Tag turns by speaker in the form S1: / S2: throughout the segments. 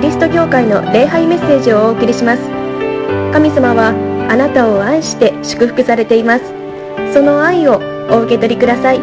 S1: リスト教会の礼拝メッセージをお送りします。神様はあなたを愛して祝福されています。その愛をお受け取りください。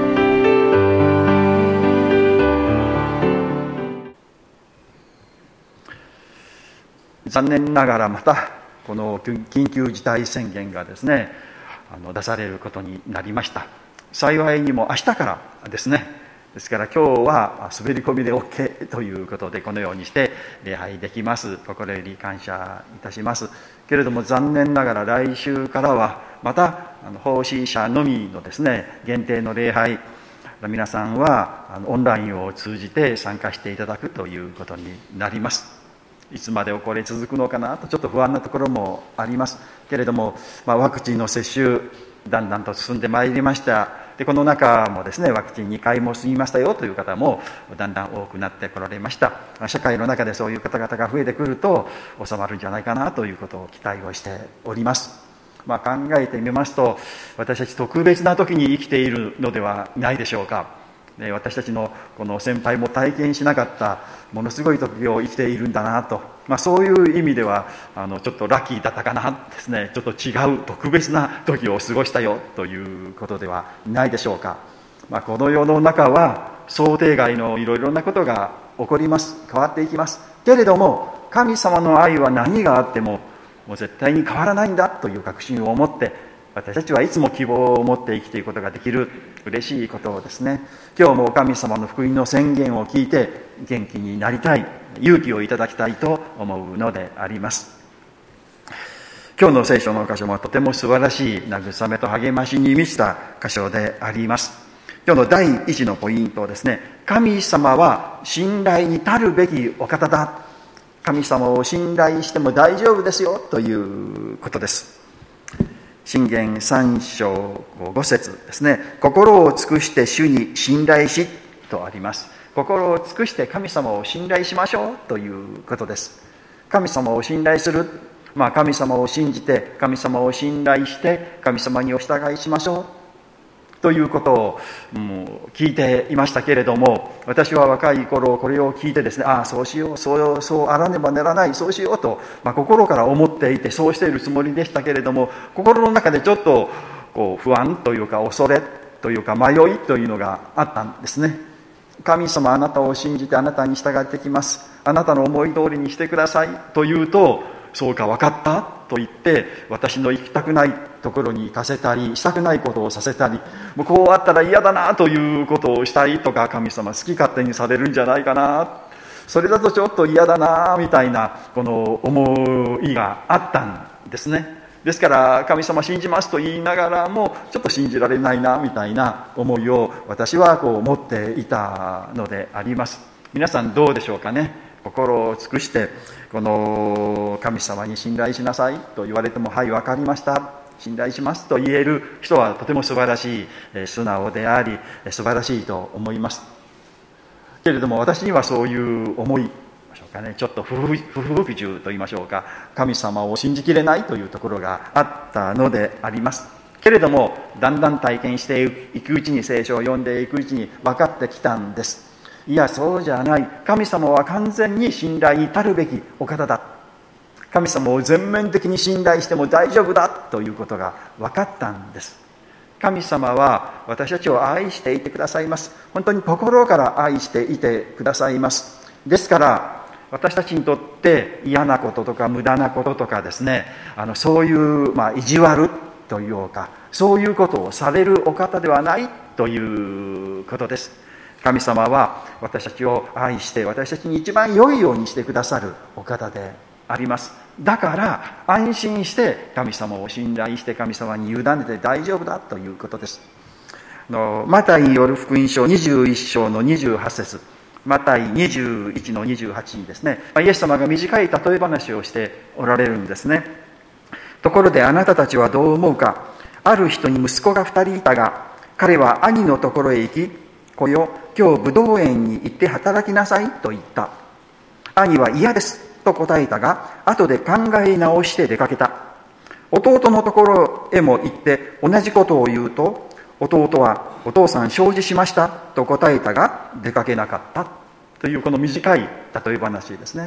S2: 残念ながらまたこの緊急事態宣言がですね出されることになりました。幸いにも明日からですね。ですから今日は滑り込みで OK ということでこのようにして礼拝できます。心より感謝いたしますけれども、残念ながら来週からはまた奉仕者のみのですね限定の礼拝、皆さんはオンラインを通じて参加していただくということになります。いつまでこれ続くのかなとちょっと不安なところもありますけれども、ワクチンの接種だんだんと進んでまいりました。でこの中もですねワクチン2回も済みましたよという方もだんだん多くなってこられました。社会の中でそういう方々が増えてくると収まるんじゃないかなということを期待をしております。考えてみますと、私たち特別な時に生きているのではないでしょうか。私たちのこの先輩も体験しなかったものすごい時を生きているんだなと、そういう意味ではちょっとラッキーだったかなですね。ちょっと違う特別な時を過ごしたよということではないでしょうか。この世の中は想定外のいろいろなことが起こります。変わっていきますけれども、神様の愛は何があってももう絶対に変わらないんだという確信を持って、私たちはいつも希望を持って生きていくことができる嬉しいことですね。今日も神様の福音の宣言を聞いて元気になりたい、勇気をいただきたいと思うのであります。今日の聖書の箇所もとても素晴らしい慰めと励ましに満ちた箇所であります。今日の第一のポイントですね。神様は信頼に足るべきお方だ。神様を信頼しても大丈夫ですよということです。箴言3章5節ですね。心を尽くして主に信頼しとあります。心を尽くして神様を信頼しましょうということです。神様を信頼する、神様を信じて神様を信頼して神様にお従いしましょうということを聞いていましたけれども、私は若い頃これを聞いてですね、そうしよう、そうあらねばならない、そうしようと、心から思っていてそうしているつもりでしたけれども、心の中でちょっと不安というか恐れというか迷いというのがあったんですね。神様あなたを信じてあなたに従ってきます、あなたの思い通りにしてくださいと言うと、そうか分かったと言って私の行きたくないところに行かせたり、したくないことをさせたり、もうこうあったら嫌だなということをしたいとか、神様好き勝手にされるんじゃないかな、それだとちょっと嫌だなみたいなこの思いがあったんですね。ですから神様信じますと言いながらもちょっと信じられないなみたいな思いを私は持っていたのであります。皆さんどうでしょうかね。心を尽くしてこの神様に信頼しなさいと言われても、はい分かりました信頼しますと言える人はとても素晴らしい、素直であり素晴らしいと思いますけれども、私にはそういう思いでしょうかね、ちょっと不服従と言いましょうか、神様を信じきれないというところがあったのでありますけれども、だんだん体験していくうちに、聖書を読んでいくうちに分かってきたんです。いやそうじゃない、神様は完全に信頼に足るべきお方だ、神様を全面的に信頼しても大丈夫だということが分かったんです。神様は私たちを愛していてくださいます。本当に心から愛していてくださいます。ですから私たちにとって嫌なこととか無駄なこととかですね、そういう意地悪というか、そういうことをされるお方ではないということです。神様は私たちを愛して私たちに一番良いようにしてくださるお方であります。だから安心して神様を信頼して神様に委ねて大丈夫だということです。マタイによる福音書21章の28節、マタイ21の28にですね、イエス様が短い例え話をしておられるんですね。ところであなたたちはどう思うか。ある人に息子が2人いたが、彼は兄のところへ行き、子よ、今日ブドウ園に行って働きなさいと言った。兄は嫌ですと答えたが、後で考え直して出かけた。弟のところへも行って同じことを言うと、弟はお父さん承知しましたと答えたが出かけなかったというこの短い例え話ですね。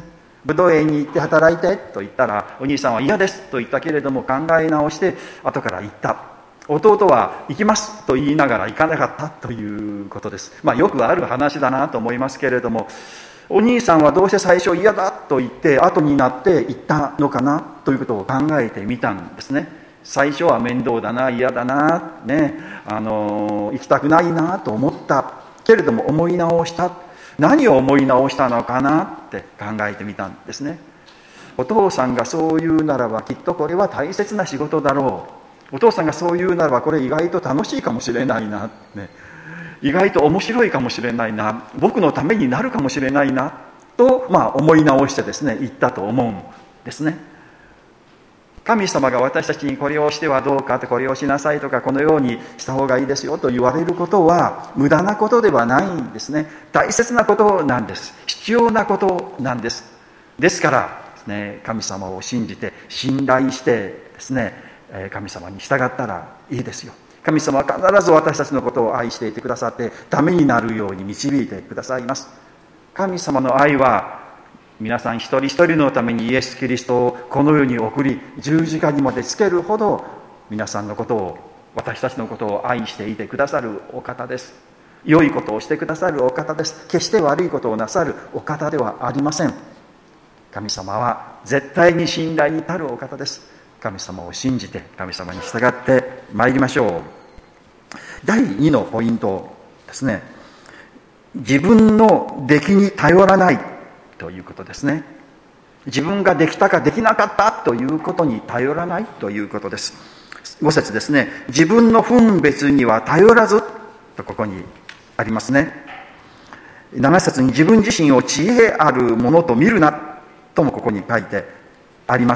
S2: ぶどう園に行って働いてと言ったら、お兄さんは嫌ですと言ったけれども、考え直して後から言った。弟は行きますと言いながら行かなかったということです。よくある話だなと思いますけれども、お兄さんはどうして最初嫌だと言って後になって行ったのかなということを考えてみたんですね。最初は面倒だな、嫌だな、行きたくないなと思ったけれども、思い直した。何を思い直したのかなって考えてみたんですね。お父さんがそう言うならば、きっとこれは大切な仕事だろう。お父さんがそう言うならば、これ意外と楽しいかもしれないな、意外と面白いかもしれないな、僕のためになるかもしれないなと、思い直してですね、言ったと思うんですね。神様が私たちにこれをしてはどうか、これをしなさいとか、このようにした方がいいですよと言われることは無駄なことではないんですね。大切なことなんです。必要なことなんです。ですからですね、神様を信じて信頼してですね、神様に従ったらいいですよ。神様は必ず私たちのことを愛していてくださって、ためになるように導いてくださいます。神様の愛は皆さん一人一人のためにイエス・キリストをこの世に送り、十字架にまでつけるほど皆さんのことを、私たちのことを愛していてくださるお方です。良いことをしてくださるお方です。決して悪いことをなさるお方ではありません。神様は絶対に信頼に足るお方です。神様を信じて神様に従ってまいりましょう。第2のポイントですね。自分の出来に頼らないということですね。自分ができたかできなかったということに頼らないということです。5節ですね。自分の分別には頼らずとここにありますね。7節に自分自身を知恵あるものと見るなともここに書いてあります。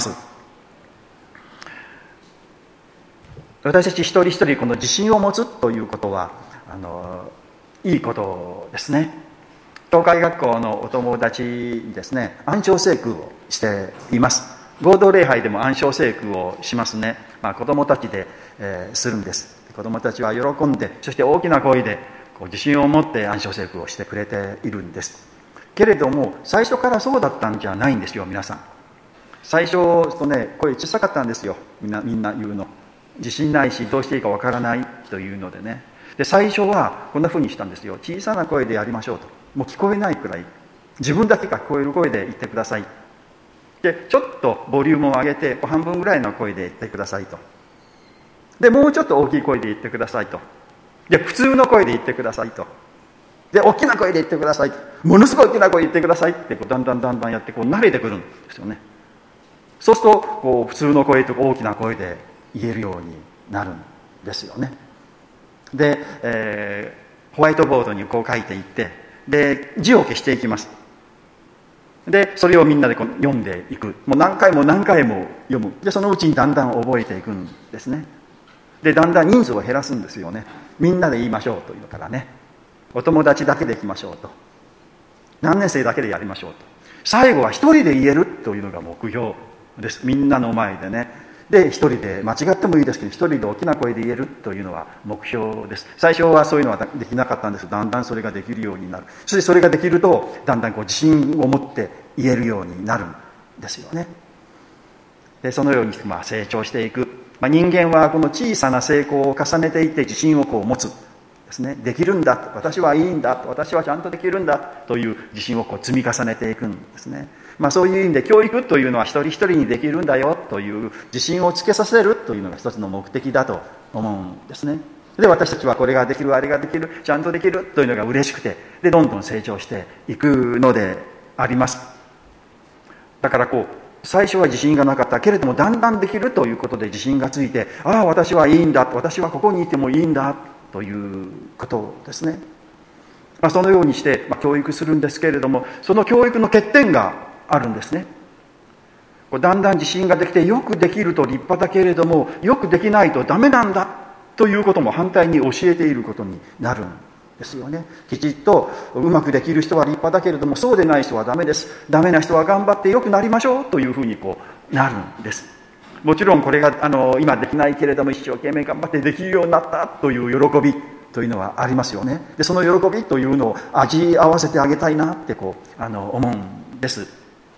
S2: 私たち一人一人この自信を持つということはいいことですね。東海学校のお友達にですね、暗唱聖句をしています。合同礼拝でも暗唱聖句をしますね。子供たちで、するんです。子供たちは喜んで、そして大きな声で自信を持って暗唱聖句をしてくれているんです。けれども最初からそうだったんじゃないんですよ。皆さん最初とね、声小さかったんですよ。みんな言うの、自信ないしどうしていいかわからないというのでね。で最初はこんな風にしたんですよ。小さな声でやりましょうと。もう聞こえないくらい、自分だけが聞こえる声で言ってください。でちょっとボリュームを上げて半分ぐらいの声で言ってくださいと。でもうちょっと大きい声で言ってくださいと。で普通の声で言ってくださいと。で大きな声で言ってくださいと。ものすごい大きな声で言ってくださいってだんだんやって慣れてくるんですよね。そうすると普通の声と大きな声で言えるようになるんですよね。で、ホワイトボードに書いていって、で字を消していきます。でそれをみんなで読んでいく。もう何回も読む。でそのうちにだんだん覚えていくんですね。でだんだん人数を減らすんですよね。みんなで言いましょうというからね、お友達だけで行きましょうと、何年生だけでやりましょうと、最後は一人で言えるというのが目標です。みんなの前でね。で一人で間違ってもいいですけど、一人で大きな声で言えるというのは目標です。最初はそういうのはできなかったんです。だんだんそれができるようになる。そしてそれができるとだんだん自信を持って言えるようになるんですよね。でそのように成長していく。人間はこの小さな成功を重ねていって自信を持つですね。できるんだ、私はいいんだ、私はちゃんとできるんだという自信を積み重ねていくんですね。そういう意味で教育というのは一人一人にできるんだよという自信をつけさせるというのが一つの目的だと思うんですね。で私たちはこれができる、あれができる、ちゃんとできるというのが嬉しくて、でどんどん成長していくのであります。だから最初は自信がなかったけれども、だんだんできるということで自信がついて、ああ私はいいんだ、私はここにいてもいいんだということですね。そのようにして、教育するんですけれども、その教育の欠点があるんですね。だんだん自信ができて、よくできると立派だけれども、よくできないとダメなんだということも反対に教えていることになるんですよね。きちっとうまくできる人は立派だけれども、そうでない人はダメです。ダメな人は頑張ってよくなりましょうというふうになるんです。もちろんこれが今できないけれども一生懸命頑張ってできるようになったという喜びというのはありますよね。でその喜びというのを味合わせてあげたいなって思うんです。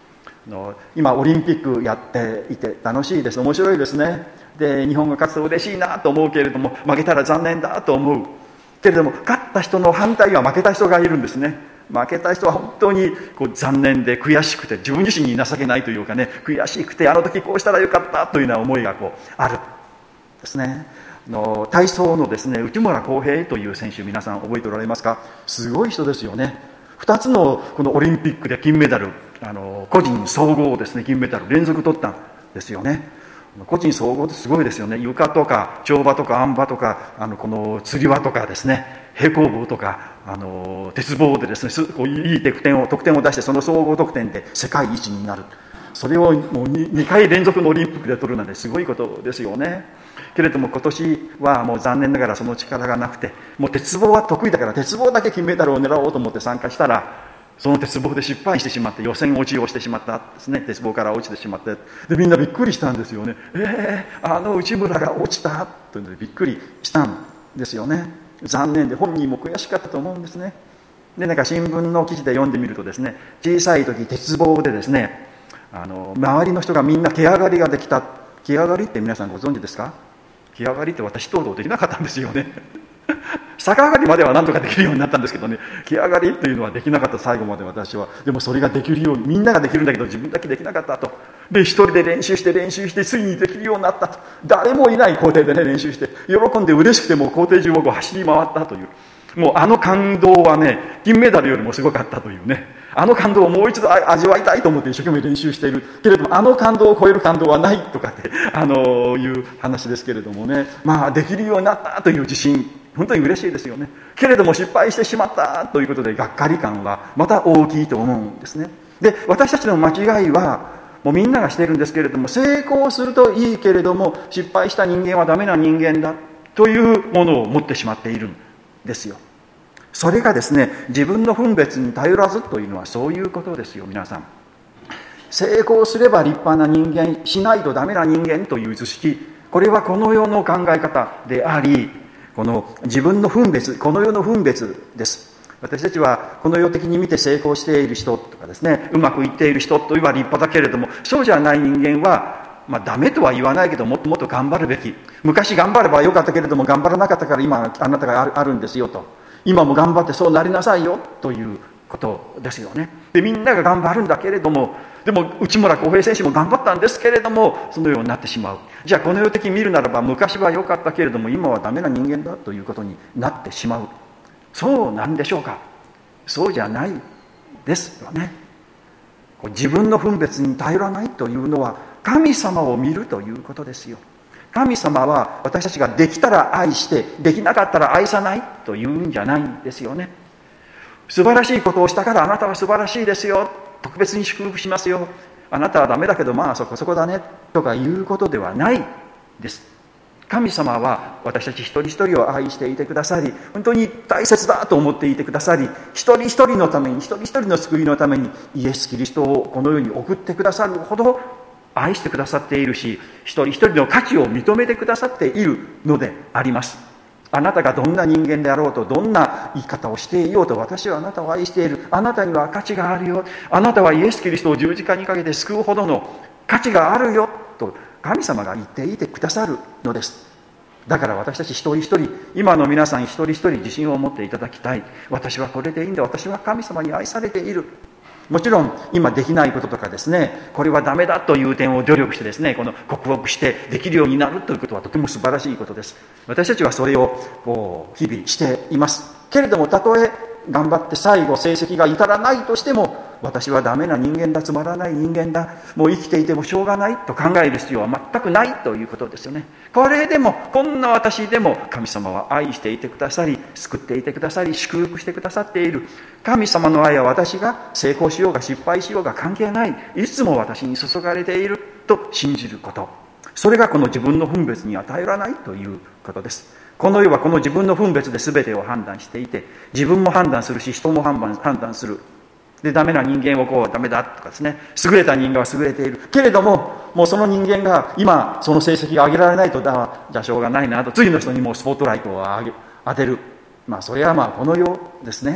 S2: 今オリンピックやっていて楽しいです。面白いですね。で日本が勝つと嬉しいなと思うけれども、負けたら残念だと思うけれども、勝った人の反対は負けた人がいるんですね。負けた人は本当に残念で悔しくて、自分自身に情けないというかね、悔しくてあの時こうしたらよかったというような思いがあるですね。体操のですね、内村航平という選手、皆さん覚えておられますか？すごい人ですよね。2つのこのオリンピックで金メダル、個人総合をですね金メダル連続取ったんですよね。個人総合ってすごいですよね。床とか跳馬とかあん馬とかこのつり輪とかですね、平行棒とか鉄棒でですねいい得点を出して、その総合得点で世界一になる。それをもう 2回連続のオリンピックで取るなんてすごいことですよね。けれども今年はもう残念ながらその力がなくて、もう鉄棒は得意だから鉄棒だけ金メダルを狙おうと思って参加したら、その鉄棒で失敗してしまって予選落ちをしてしまったんですね。鉄棒から落ちてしまって、でみんなびっくりしたんですよね。内村が落ちたというのでびっくりしたんですよね。残念で本人も悔しかったと思うんですね。でなんか新聞の記事で読んでみるとですね、小さい時鉄棒でですね周りの人がみんな毛上がりができた。毛上がりって皆さんご存知ですか？毛上がりって私とうとうできなかったんですよね。逆上がりまでは何とかできるようになったんですけどね、毛上がりというのはできなかった、最後まで私は。でもそれができるように、みんなができるんだけど自分だけできなかったと。で一人で練習してついにできるようになったと。誰もいない校庭でね練習して喜んで嬉しくて、もう校庭中を走り回ったという、もう感動はね金メダルよりもすごかったというね、感動をもう一度味わいたいと思って一生懸命練習しているけれども、感動を超える感動はないとかっていう話ですけれどもね、できるようになったという自信、本当に嬉しいですよね。けれども失敗してしまったということでがっかり感はまた大きいと思うんですね。で私たちの間違いはもうみんながしているんですけれども、成功するといいけれども失敗した人間はダメな人間だというものを持ってしまっているんですよ。それがですね、自分の分別に頼らずというのはそういうことですよ。皆さん、成功すれば立派な人間、しないとダメな人間という図式、これはこの世の考え方であり、この自分の分別、この世の分別です。私たちはこの世的に見て成功している人とかですね、うまくいっている人といえば立派だけれども、そうじゃない人間はダメとは言わないけど、もっともっと頑張るべき。昔頑張ればよかったけれども頑張らなかったから今あなたがあるんですよと。今も頑張ってそうなりなさいよということですよね。でみんなが頑張るんだけれども、でも内村航平選手も頑張ったんですけれどもそのようになってしまう。じゃあこの世的に見るならば昔は良かったけれども今はダメな人間だということになってしまう。そうなんでしょうか？そうじゃないですよね。自分の分別に頼らないというのは神様を見るということですよ。神様は私たちができたら愛してできなかったら愛さないというんじゃないんですよね。素晴らしいことをしたからあなたは素晴らしいですよ、特別に祝福しますよ、あなたはダメだけどそこそこだねとかいうことではないです。神様は私たち一人一人を愛していてくださり、本当に大切だと思っていてくださり、一人一人のために、一人一人の救いのためにイエス・キリストをこの世に送ってくださるほど愛してくださっているし、一人一人の価値を認めてくださっているのであります。あなたがどんな人間であろうと、どんな生き方をしていようと、私はあなたを愛している。あなたには価値があるよ。あなたはイエス・キリストを十字架にかけて救うほどの価値があるよと神様が言っていてくださるのです。だから私たち一人一人、今の皆さん一人一人自信を持っていただきたい。私はこれでいいんだ。私は神様に愛されている。もちろん今できないこととかですね、これはダメだという点を努力してですね、この克服してできるようになるということはとても素晴らしいことです。私たちはそれを日々していますけれども、たとえ頑張って最後成績が至らないとしても、私はダメな人間だ、つまらない人間だ、もう生きていてもしょうがないと考える必要は全くないということですよね。これでも、こんな私でも神様は愛していてくださり、救っていてくださり、祝福してくださっている。神様の愛は私が成功しようが失敗しようが関係ない。いつも私に注がれていると信じること。それがこの自分の分別には頼らないということです。この世はこの自分の分別で全てを判断していて、自分も判断するし人も判断する。でダメな人間をダメだとかですね、優れた人間は優れているけれども、もうその人間が今その成績が上げられないと、じゃあしょうがないなと次の人にもうスポットライトを当てる。それはこの世ですね。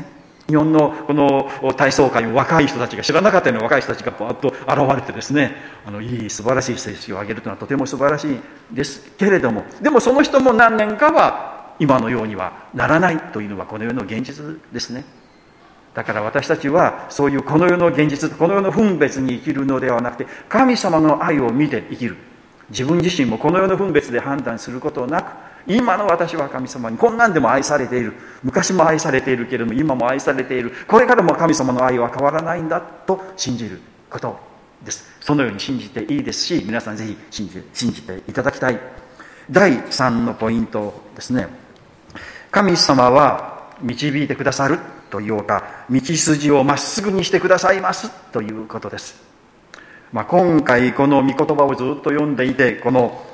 S2: 日本のこの体操界の若い人たちが、知らなかったような若い人たちがバーッと現れてですね、いい素晴らしい成績を上げるというのはとても素晴らしいですけれども、でもその人も何年かは今のようにはならないというのはこの世の現実ですね。だから私たちはそういうこの世の現実、この世の分別に生きるのではなくて、神様の愛を見て生きる。自分自身もこの世の分別で判断することなく、今の私は神様にこんなんでも愛されている、昔も愛されているけれども今も愛されている、これからも神様の愛は変わらないんだと信じることです。そのように信じていいですし、皆さんぜひ信じていただきたい。第3のポイントですね。神様は導いてくださるというか、道筋をまっすぐにしてくださいますということです。今回この御言葉をずっと読んでいて、この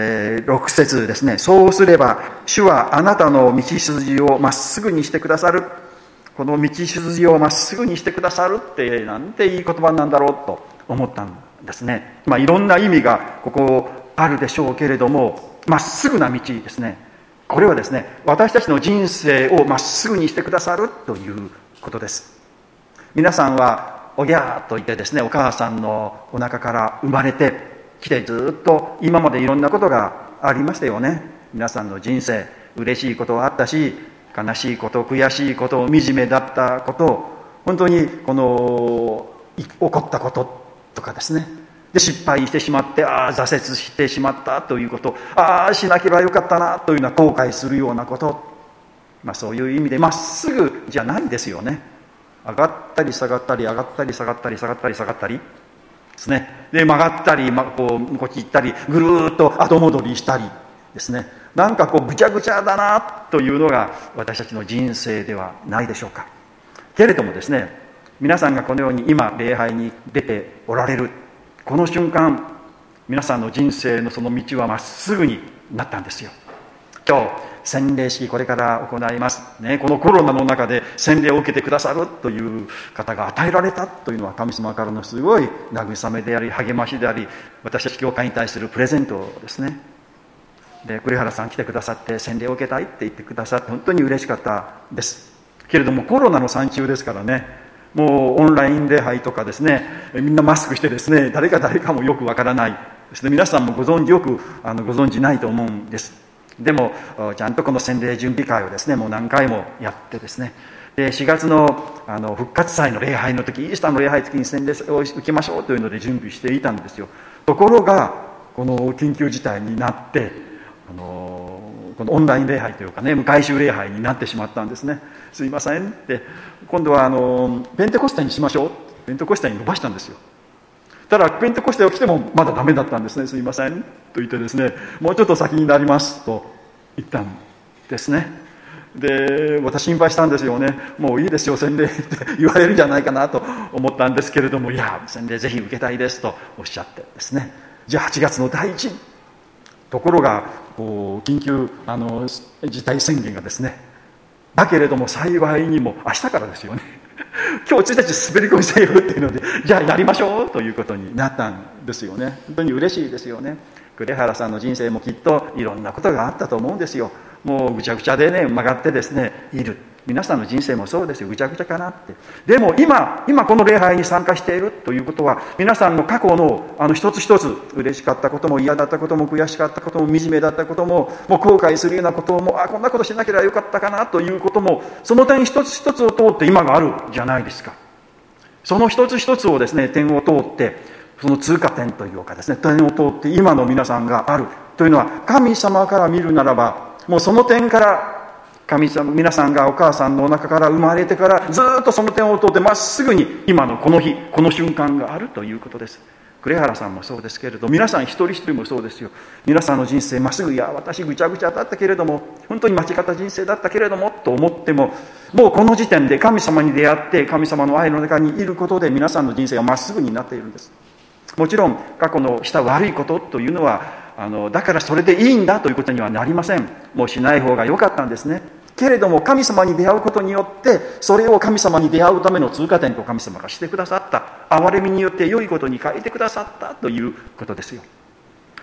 S2: 6節ですね。そうすれば主はあなたの道筋をまっすぐにしてくださる。この道筋をまっすぐにしてくださるってなんていい言葉なんだろうと思ったんですね。いろんな意味がここあるでしょうけれども、まっすぐな道ですね。これはですね、私たちの人生をまっすぐにしてくださるということです。皆さんはおぎゃーと言ってですね、お母さんのお腹から生まれてきて、ずっと今までいろんなことがありましたよね。皆さんの人生、嬉しいことはあったし、悲しいこと、悔しいこと、惨めだったこと、本当にこの起こったこととかですね、で失敗してしまって、挫折してしまったということ、しなければよかったなというような後悔するようなこと、そういう意味でまっすぐじゃないですよね。上がったり下がったり、上がったり下がったり、下がったり下がったりですね。で曲がったり、こっち行ったり、ぐるーっと後戻りしたりですね。なんかぐちゃぐちゃだなというのが私たちの人生ではないでしょうか。けれどもですね、皆さんがこのように今礼拝に出ておられるこの瞬間、皆さんの人生のその道はまっすぐになったんですよ。今日洗礼式これから行いますね。このコロナの中で洗礼を受けてくださるという方が与えられたというのは神様からのすごい慰めであり、励ましであり、私たち教会に対するプレゼントですね。で、栗原さん来てくださって洗礼を受けたいって言ってくださって本当に嬉しかったです。けれどもコロナの最中ですからね、もうオンライン礼拝とかですね、みんなマスクしてですね、誰かもよくわからないですね。皆さんもよくご存じないと思うんです。でもちゃんとこの洗礼準備会をですね、もう何回もやってですね、で4月の復活祭の礼拝の時、イースターの礼拝の時に洗礼を受けましょうというので準備していたんですよ。ところがこの緊急事態になってこのオンライン礼拝というかね、回収礼拝になってしまったんですね。すいませんって、今度はペンテコステにしましょう、ペンテコステに伸ばしたんですよ。ただペンテコステを来てもまだダメだったんですね。すいませんと言ってですね、もうちょっと先になりますと言ったんですね。で、私心配したんですよね。もういいですよ洗礼って言われるんじゃないかなと思ったんですけれども、いや洗礼ぜひ受けたいですとおっしゃってですね、じゃあ8月の第一、ところが緊急事態宣言がですね、だけれども幸いにも明日からですよね今日1日滑り込みセーフっていうので、じゃあやりましょうということになったんですよね。本当に嬉しいですよね。栗原さんの人生もきっといろんなことがあったと思うんですよ。もうぐちゃぐちゃでね、曲がってですねいる。皆さんの人生もそうですよ。ぐちゃぐちゃかなって。でも今この礼拝に参加しているということは、皆さんの過去の一つ一つ、嬉しかったことも嫌だったことも悔しかったことも惨めだったことも、もう後悔するようなことも、こんなことしなければよかったかなということも、その点一つ一つを通って今があるじゃないですか。その一つ一つをですね、点を通って、その通過点というかですね、点を通って今の皆さんがあるというのは、神様から見るならば、もうその点から神様、皆さんがお母さんのお腹から生まれてからずっとその点を通ってまっすぐに今のこの日この瞬間があるということです。栗原さんもそうですけれど、皆さん一人一人もそうですよ。皆さんの人生まっすぐ、いや私ぐちゃぐちゃだったけれども、本当に間違った人生だったけれどもと思っても、もうこの時点で神様に出会って神様の愛の中にいることで、皆さんの人生がまっすぐになっているんです。もちろん過去のした悪いことというのはだからそれでいいんだということにはなりません。もうしない方が良かったんですね。けれども神様に出会うことによって、それを神様に出会うための通過点と神様がしてくださった、憐れみによって良いことに変えてくださったということですよ。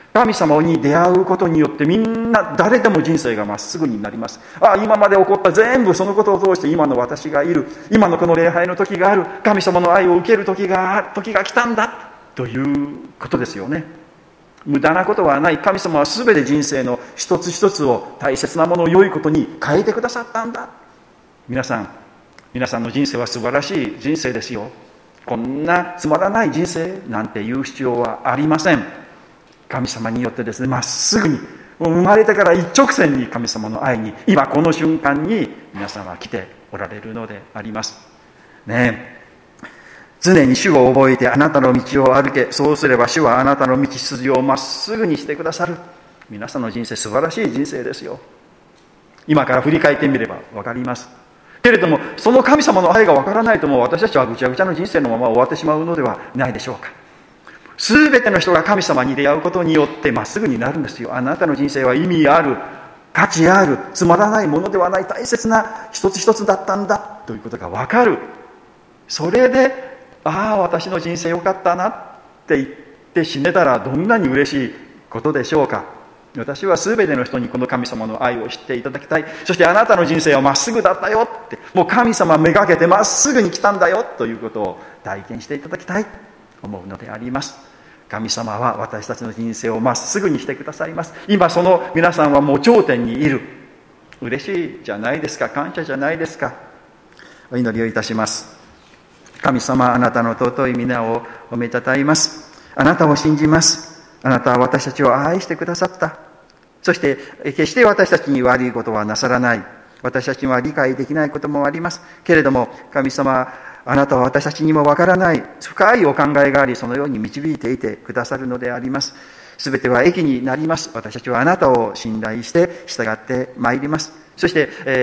S2: 神様に出会うことによってみんな誰でも人生がまっすぐになります。今まで起こった全部そのことを通して今の私がいる、今のこの礼拝の時がある、神様の愛を受ける時が来たんだということですよね。無駄なことはない。神様は全て人生の一つ一つを大切なものを良いことに変えてくださったんだ。皆さんの人生は素晴らしい人生ですよ。こんなつまらない人生なんて言う必要はありません。神様によってですね、まっすぐに、生まれてから一直線に神様の愛に、今この瞬間に皆さんは来ておられるのでありますね。常に主を覚えてあなたの道を歩け、そうすれば主はあなたの道筋をまっすぐにしてくださる。皆さんの人生素晴らしい人生ですよ。今から振り返ってみれば分かります。けれどもその神様の愛が分からないと、もう私たちはぐちゃぐちゃの人生のまま終わってしまうのではないでしょうか。すべての人が神様に出会うことによってまっすぐになるんですよ。あなたの人生は意味ある、価値ある、つまらないものではない、大切な一つ一つだったんだということが分かる。それで私の人生よかったなって言って死ねたらどんなに嬉しいことでしょうか。私はすべての人にこの神様の愛を知っていただきたい。そしてあなたの人生はまっすぐだったよって、もう神様めがけてまっすぐに来たんだよということを体験していただきたいと思うのであります。神様は私たちの人生をまっすぐにしてくださいます。今その皆さんはもう頂点にいる。嬉しいじゃないですか。感謝じゃないですか。お祈りをいたします。神様、あなたの尊い皆を褒めたたえます。あなたを信じます。あなたは私たちを愛してくださった。そして決して私たちに悪いことはなさらない。私たちには理解できないこともありますけれども、神様、あなたは私たちにもわからない深いお考えがあり、そのように導いていてくださるのであります。すべては益になります。私たちはあなたを信頼して従ってまいります。そして、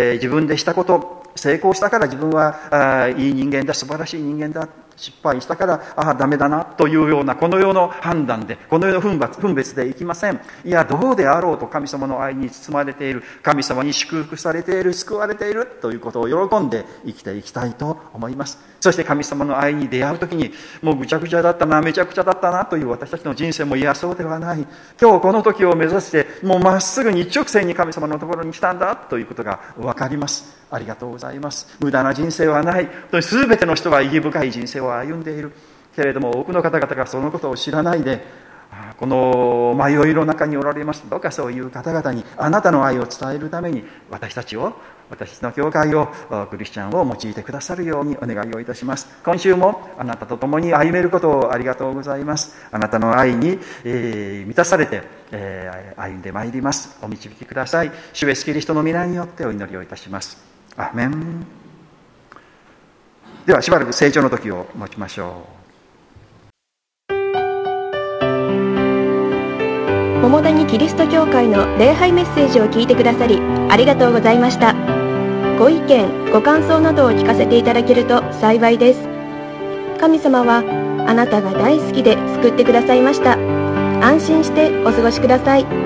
S2: 自分でしたこと、成功したから自分はいい人間だ、素晴らしい人間だ、失敗したからダメだなというようなこの世の判断で、この世の分別でいきません。いや、どうであろうと神様の愛に包まれている、神様に祝福されている、救われているということを喜んで生きていきたいと思います。そして神様の愛に出会うときに、もうぐちゃぐちゃだったな、めちゃくちゃだったなという私たちの人生も、いやそうではない、今日この時を目指してもうまっすぐに一直線に神様のところに来たんだということが分かります。ありがとうございます。無駄な人生はない。すべての人が意義深い人生を歩んでいるけれども、多くの方々がそのことを知らないで、この迷いの中におられます。どうかそういう方々にあなたの愛を伝えるために、私たちの教会を、クリスチャンを用いてくださるようにお願いをいたします。今週もあなたと共に歩めることをありがとうございます。あなたの愛に、満たされて、歩んでまいります。お導きください。主イエスキリストの皆によってお祈りをいたします。アーメン。ではしばらく成長の時を持ちましょう。
S1: 桃谷キリスト教会の礼拝メッセージを聞いてくださりありがとうございました。ご意見ご感想などを聞かせていただけると幸いです。神様はあなたが大好きで救ってくださいました。安心してお過ごしください。